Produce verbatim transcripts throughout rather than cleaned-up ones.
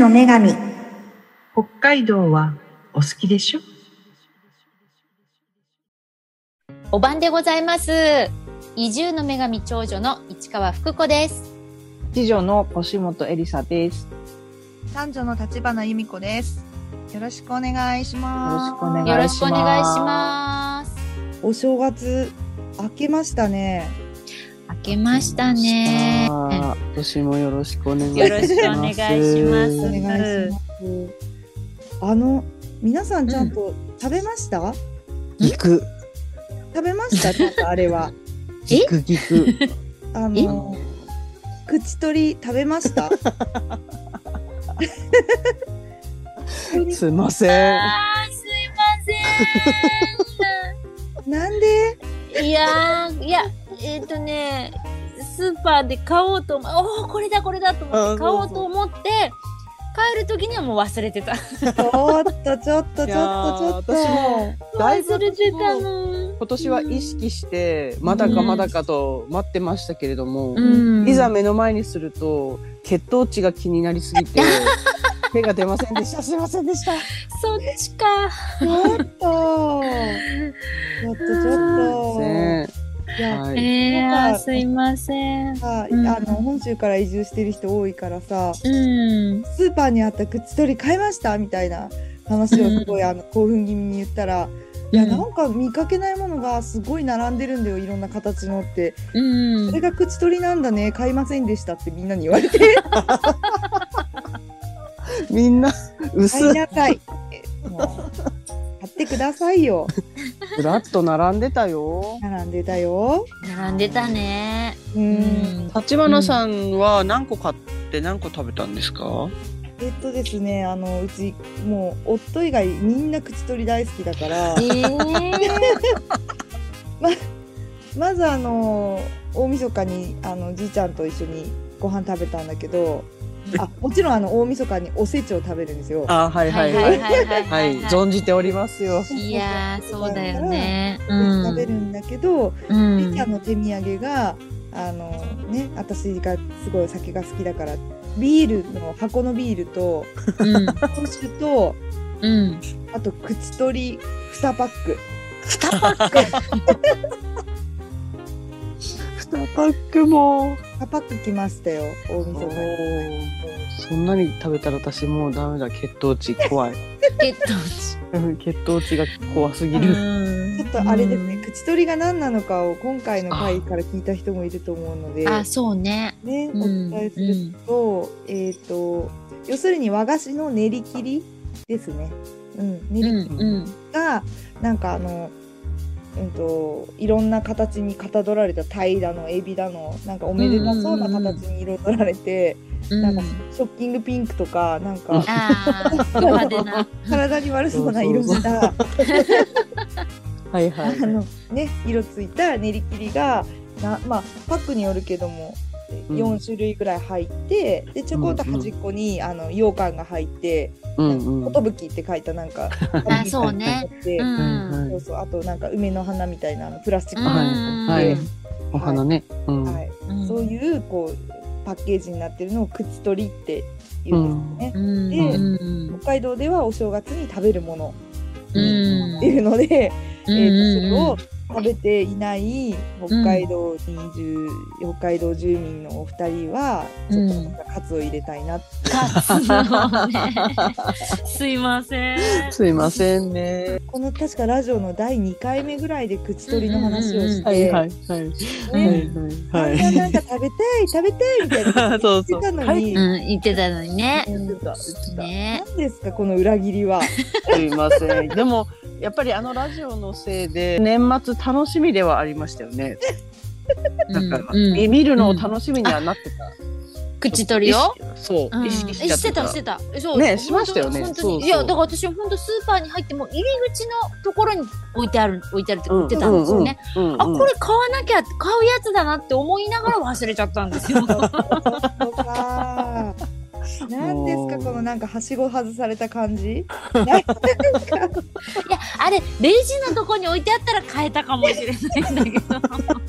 の女神。 北海道はお好きでしょ？ お晩でございます。移住の女神長女の市川福子です。 次女の腰本エリサです。 三女の立花由美子です。よろしくお願いします。 よろしくお願いします。 よろしくお願いします。 お正月明けましたね。 明けましたね。 今年もよろしくお願いします。 よろしくお願いします。 お願いします。あの皆さんちゃんと食べました？ 肉。 食べましたちゃんとあれは。 ギクギク。 あの口取り食べました？ すいません。 あー、すいません。 なんで？ いやー、いや、えっ、ー、とね、スーパーで買おうと思おー、これだこれだと思って買おうと思って、帰る時にはもう忘れてた。 ちょっとちょっとちょっとちょっと。 私もだいぶ忘れてたの。 今年は意識してまだかまだかと待ってましたけれども、 うん、 いざ目の前にすると血糖値が気になりすぎて手が出ませんでした。すいませんでした。 そっちか。 ちょっとちょっとちょっと。 ねいや、 はい、 えー、あすいません。 さ、 うん、 あの本州から移住してる人多いからさ、 うん、 スーパーにあった口取り買いましたみたいな話をすごい、うん、あの興奮気味に言ったら、いや、なんか見かけないものがすごい並んでるんだよ、いろんな形のって、うん、それが口取りなんだね、買いませんでしたってみんなに言われてみんな薄買いなさいもう買ってくださいよ。 ずらっと並んでたよ。 並んでたよ。 並んでたね。 うん。立花さんは何個買って何個食べたんですか？ えっとですね、あのうちもう夫以外みんな口取り大好きだから、えー、ま, まずあの大晦日にあのじいちゃんと一緒にご飯食べたんだけど、あもちろんあの大晦日におせちを食べるんですよ。 あ、はいはいはいはい存じておりますよ。 いやーそうだよね、 うん、食べるんだけど、じいちゃんの手土産があのね、私がすごいお酒が好きだからビールの箱のビールと日本酒と、うん、あと口取りにパックにパックにパックもにパック来ましたよ、大晦日に。 そんなに食べたら私もうダメだ、血糖値怖い血糖値血糖値が怖すぎる。 ちょっとあれですね、口取りが何なのかを今回の回から聞いた人もいると思うので、 あ、そうね。 ね、お伝えすると、うん、えっと要するに和菓子の練り切りですね。うん、練り切りがなんかあの、うんといろんな形にかたどられた鯛だのエビだのなんかおめでたそうな形に彩られて、うん、なんかショッキングピンクとかなんか、うん、体に悪そうな色したはいはい、 あのね、色ついた練り切りがな、まあ、パックによるけどもよん種類ぐらい入って、うん、でちょこっと端っこに、うん、あの羊羹が入って、うんうん、寿って書いたなんかあ、そうね、 うん、そうそう、あとなんか梅の花みたいなのプラスチックが入ってて、お花ね、 はいうん、そういうこうパッケージになってるのを口取りって言うんですね、うん、で、うん、北海道ではお正月に食べるものっていうので、うん、えー、とそれを食べていない北海道に住、うん、北海道住民のお二人はちょっとカツを入れたいなって、うん、 カツをねすいませんすいませんね。 この確かラジオのだいにかいめぐらいで口取りの話をして、 はいはいはいはい、なんか食べたい食べたいみたいな言ってたのに、 うん、言ってたのにね。 ね、何ですかこの裏切りは。 すいません。でもやっぱりあのラジオのせいで年末楽しみではありましたよね。なんか、うん、見るのを楽しみにはなってた。 口取りをそう、うん、意識しちゃってた。 してたしてた。そうね、しましたよね。 本当にいやだから私は本当スーパーに入っても入り口のところに置いてある置いてあるって言ってたんですよね。あ、これ買わなきゃ買うやつだなって思いながら忘れちゃったんですよ。 何ですかこのなんかはしご外された感じ。いやあれレジのとこに置いてあったら買えたかもしれないんだけど。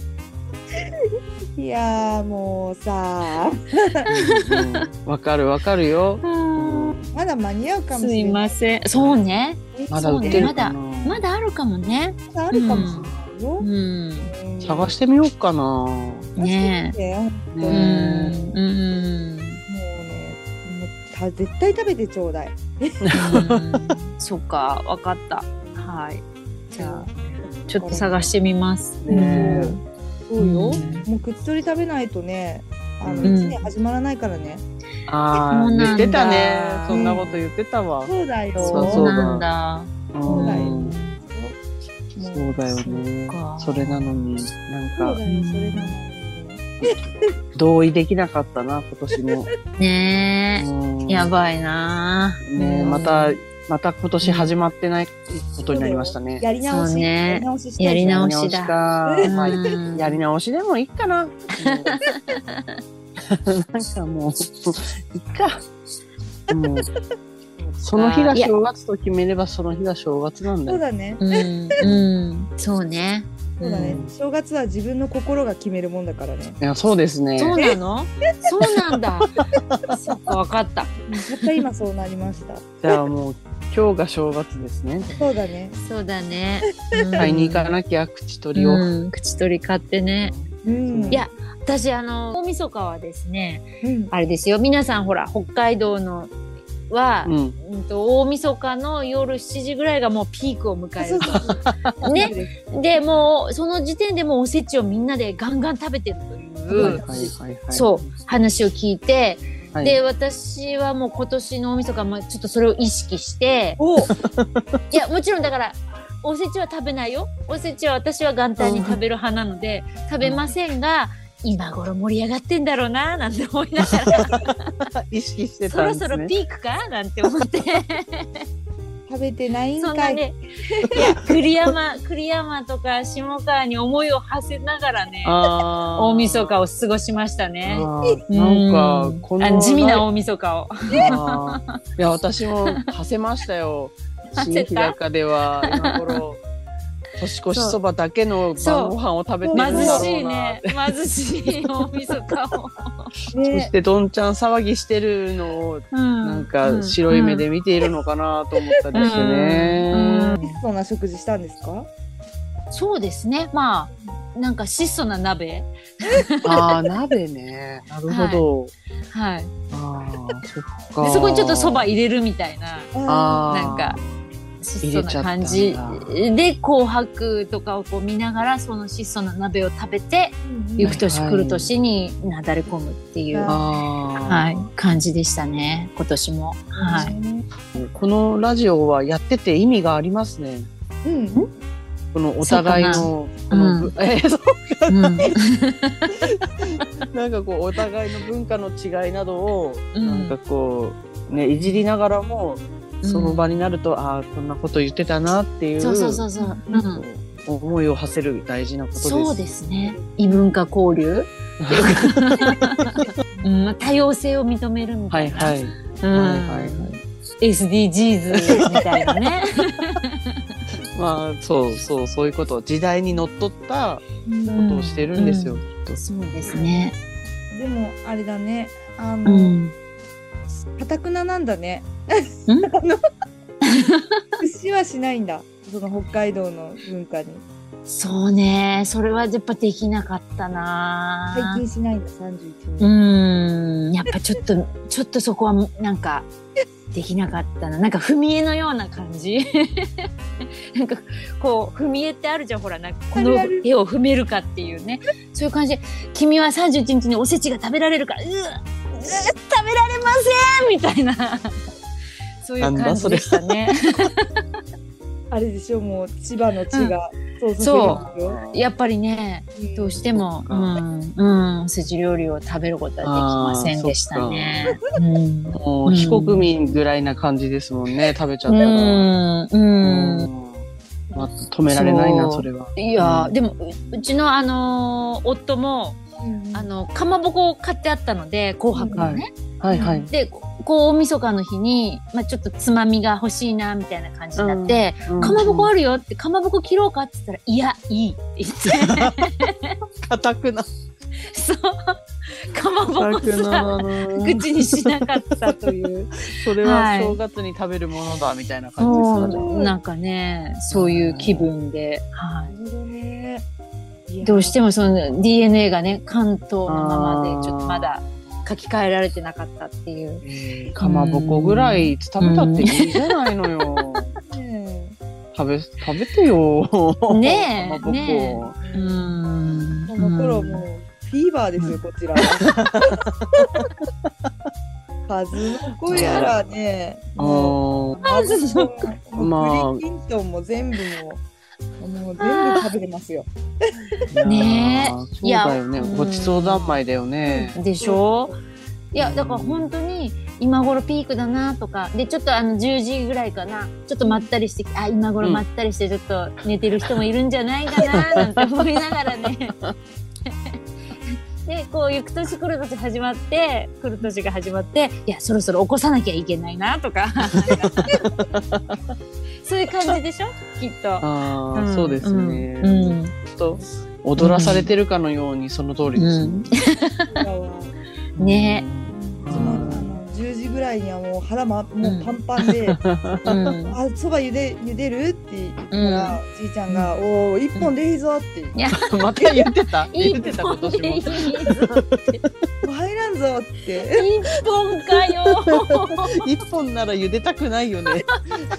いやーもうさわ、うん、かるわかるよ。 まだ間に合うかもしれない。 すいません。そうね。 まだ売ってるかな。 まだあるかもね。 まだあるかもしれないよ。 うん。 うん探してみようかな。 ねえ。 うん。うん。 もうね、もうた絶対食べてちょうだい。 そっか、わかった。はい。じゃあちょっと探してみます。 ね。 そうよ。もう口取り食べないとね、あの一年始まらないからね。 ああ、言ってたね。そんなこと言ってたわ。 そうだよ。 そうなんだ。 そうだよ。 そうだよね。それなのに、なんか。 そうだよ、それなのに。 同意できなかったな、今年も。 ねえ。やばいな。 ねえ、また、また今年始まってないことになりましたね。 やり直し。 やり直しやり直しだ。 まあ、やり直しでもいいかな。なんかもう、いっか。もうその日が正月と決めればその日が正月なんだよ。 そうだね。 うん、うん、そうね。 そうだね。正月は自分の心が決めるもんだからね。 いや、そうですね。 そうなの？そうなんだ。そっか、わかった。 また今そうなりました。 じゃあもう今日が正月ですね。 そうだね。 そうだね。 買いに行かなきゃ口取りを。 口取り買ってね。 うん。 いや、私あの大晦日はですね、あれですよ。皆さんほら北海道のは、うん、と大晦日の夜しちじぐらいがもうピークを迎えると。ね。で、もうその時点でもうおせちをみんなでガンガン食べてるという、そう話を聞いて、はい、で、私はもう今年の大晦日もちょっとそれを意識して、いや、もちろんだから、おせちは食べないよ。おせちは私は元旦に食べる派なので、食べませんが、今頃盛り上がってんだろうななんて思いながら意識してたんですね。 そろそろピークかなんて思って食べてないんかい。 そんなね、いや栗山栗山とか下川に思いを馳せながらね大晦日を過ごしましたね。 なんかこの地味な大晦日をいや私も馳せましたよ。新日高では今頃年越しそばだけの晩ご飯を食べてるんだろうな。 貧しいね。貧しい大晦日を。 そしてどんちゃん騒ぎしてるのを、なんか白い目で見ているのかなと思ったりしてね。 質素な食事したんですか？ そうですね。まあなんか質素な鍋。 ああ鍋ね。なるほど。 はい。はい、 ああそっか。 でそこにちょっとそば入れるみたいな。 あなんか。質素な感じで紅白とかをこう見ながらその質素な鍋を食べて、うん、翌年来る年になだれ込むっていう、はい、感じでしたね今年も、はい、 このラジオはやってて意味がありますね、 うん、 このお互いのこの、うん、えー、そうかな、うん、なんかこうお互いの文化の違いなどを、うん、なんかこうねいじりながらもその場になると、うん、ああこんなこと言ってたなっていう、 そうそうそうそう、うん、 思いを馳せる大事なことです。 そうですね。異文化交流、うん、多様性を認めるみたいな、はいはい、うん、はいはいはい、エスディージーズ みたいなね。 まあそうそうそういうこと時代にのっとったことをしてるんですよ、うん、きっと。 そうですね。 でもあれだね、あの、うん、堅くななんだね。屈はしないんだ、その北海道の文化に。 そうね、それはやっぱできなかったな。 最近しないんだ、さんじゅういちねん。うん、やっぱちょっとちょっとそこはなんかできなかったな。なんか踏み絵のような感じ。なんかこう踏み絵ってあるじゃん、ほら、なんかこの絵を踏めるかっていうね、そういう感じで、君はさんじゅういちにちにおせちが食べられるから、うわ、うわ食べられませんみたいな。そういう感じでしたね。 あれでしょ、もう千葉の血が、 うん、そうやっぱりね、うん、どうしても、うんうん、おせち料理を食べることはできませんでしたね。うん、 もう非国民ぐらいな感じですもんね、食べちゃったら。 うんうん、 まあ、止められないな、それは。 いや、うん、でも う, うちの、あのー、夫も、うん、あのかまぼこを買ってあったので、紅白のね、 はいはいはい、 でこう大晦日の日に、まあ、ちょっとつまみが欲しいなみたいな感じになって、うんうん、かまぼこあるよって、かまぼこ切ろうかって言ったら、いやいいって言って。 固くな。 そうかまぼこすら口にしなかったというそれは正月に食べるものだみたいな感じですか、 はい、なんかねそういう気分で、はい、どうしてもその ディーエヌエー がね関東のままでちょっとまだ書き換えられてなかったっていう、 えー、かまぼこぐらい食べたっていいじゃないのよ、うんね、食べ食べてよねえかまぼこ、 ねえ、うん、 この頃もうフィーバーですよ、うん、こちら数の子やらねもう数の子まあ栗きんとんも全部ももう全部食べれますよねえそうだよね、ごちそう三昧だよね、 でしょ。いやだから本当に今頃ピークだなとかでちょっとあのじゅうじぐらいかなちょっとまったりしてあ今頃まったりしてちょっと寝てる人もいるんじゃないかななんて思いながらねでこう行く年来る年始まって来る年が始まっていやそろそろ起こさなきゃいけないなとかそういう感じでしょきっと。 あ、うん、そうですね、うんうん、ずっと踊らされてるかのようにその通りですね、 うん、ねえ、じゅうじぐらいにはもう腹、ま、もうパンパンで、うん、あ、そば茹で、茹でるって言ったら、うん、じいちゃんが、うん、おー、一本でいいぞって言って。 また言ってた言ってた今年も。 もう入らんぞって。 一本かよ一本なら茹でたくないよね。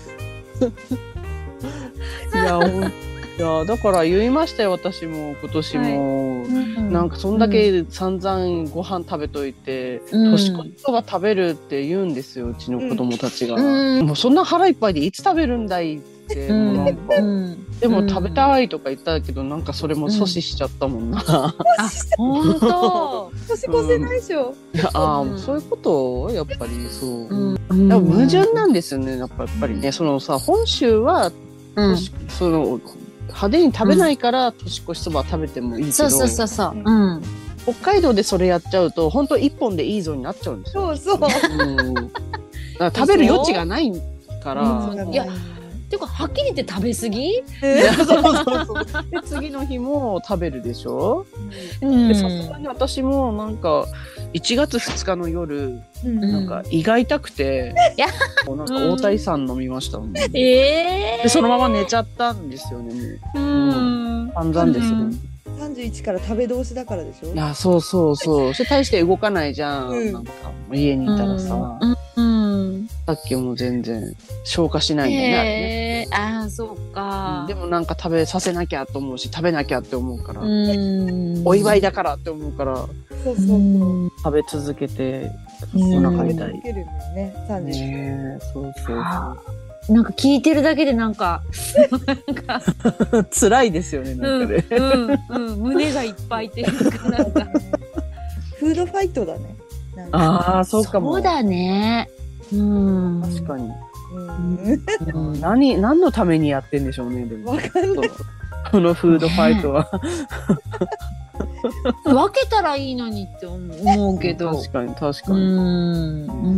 いや、いやだから言いましたよ私も今年も、はいうん、なんかそんだけ散々ご飯食べといて、うん、年越しそば食べるって言うんですようちの子供たちが、うん、もうそんな腹いっぱいでいつ食べるんだいって、うん、もうなんか、うん、でも食べたいとか言ったけどなんかそれも阻止しちゃったもんな、うん、あ本当年越せないでしょ、 うん、あ、うん、そういうことやっぱりそう、うん、でも矛盾なんですよねやっぱ、やっぱりねそのさ本州は、うん、その派手に食べないから年越しそば食べてもいいけど、 そうそうそうそう、うん、 北海道でそれやっちゃうと本当一本でいいぞになっちゃうんですよ。 そうそう、 うん、だから食べる余地がないから、 うん、いやっていうかはっきり言って食べ過ぎ、 えー、そうそうそうで次の日も食べるでしょ。さすがに私もなんかいちがつふつかの夜、うん、なんか胃が痛くて、うん、なんか大谷さん飲みましたもん、ね、うん、えー、でそのまま寝ちゃったんですよねもう、うん、散々ですね、うん、 さんじゅういちから食べ通しだからでしょ。 いやそうそうそうそれ大して動かないじゃん、うん、なんか家にいたらさ、うんうん、さっきも全然消化しないんだね、あれね。 ああそうか、 うん、でもなんか食べさせなきゃと思うし食べなきゃって思うから、うんお祝いだからって思うからそうそうそう、 食べ続けてお腹痛い。 ね、 ね、そうそうそう。 なんか聞いてるだけでなんかなんか辛いですよねなんかね、 うんうんうん、胸がいっぱいっていうかなんかフードファイトだね。 ああそうかも。 そうだね。うん、 確かに。うん、何何のためにやってんでしょうねでも。 わかんない。 このフードファイトは。 分けたらいいのにって思うけど。 確かに確かに。 うんうん、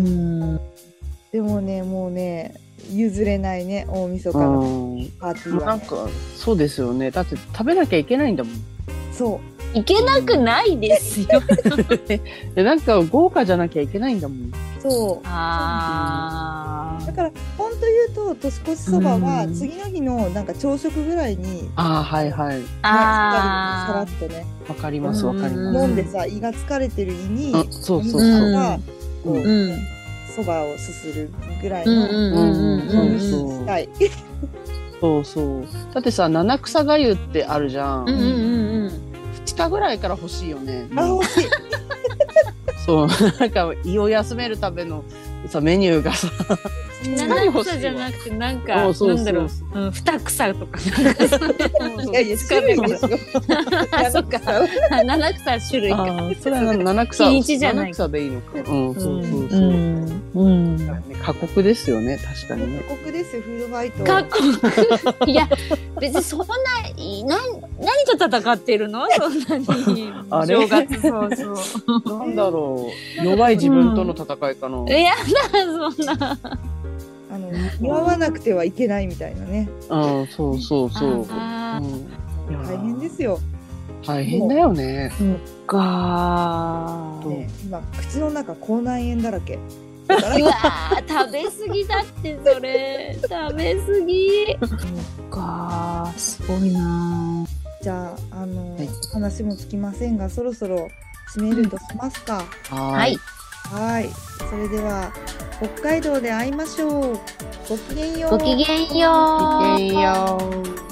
でもねもうね譲れないね大晦日のパーティーは、ね、 なんかそうですよね。だって食べなきゃいけないんだもん。 そう。 いけなくないですよ。 でなんか豪華じゃなきゃいけないんだもん。 そう。 ああ。 だから本当言うと年越しそばは次の日のなんか朝食ぐらいに、 ああはいはい。ね、 あさらっとね。 わかりますわかります。 飲んでさ胃が疲れてる胃に、 そうそうそう。 がこう、うん、そばをすするぐらいの飲みしたい。 そうそう。だってさ七草がゆってあるじゃん。うんうんうん。ふつかぐらいから欲しいよね。 あ欲しい。 そうなんか胃を休めるためのさメニューがさ七草じゃなくてなんかなんだろう、うん、二草とかいやいや種類でしょ。 そっか七草種類か。 それは七草日にちじゃない。 七草でいいのか。うんそうそうそう。うん過酷ですよね確かにね。 過酷ですよフードファイト。 過酷。いや別にそんな何何と戦ってるのそんなに。 あれ正月そうそう。なんだろう弱い自分との戦いかな。 いやだそんな。 あの祝わなくてはいけないみたいなね。 ああそうそうそう。うん、 大変ですよ。 大変だよね。 そっかー、 ね、今口の中口内炎だらけ。 うわー食べ過ぎだってそれ食べ過ぎ。そっかーすごいな。 じゃああの、 はい、 話もつきませんがそろそろ締めるとしますか。 はい。 はい。それでは北海道で会いましょう。ごきげんよう。 ごきげんよう。 ごきげんよう。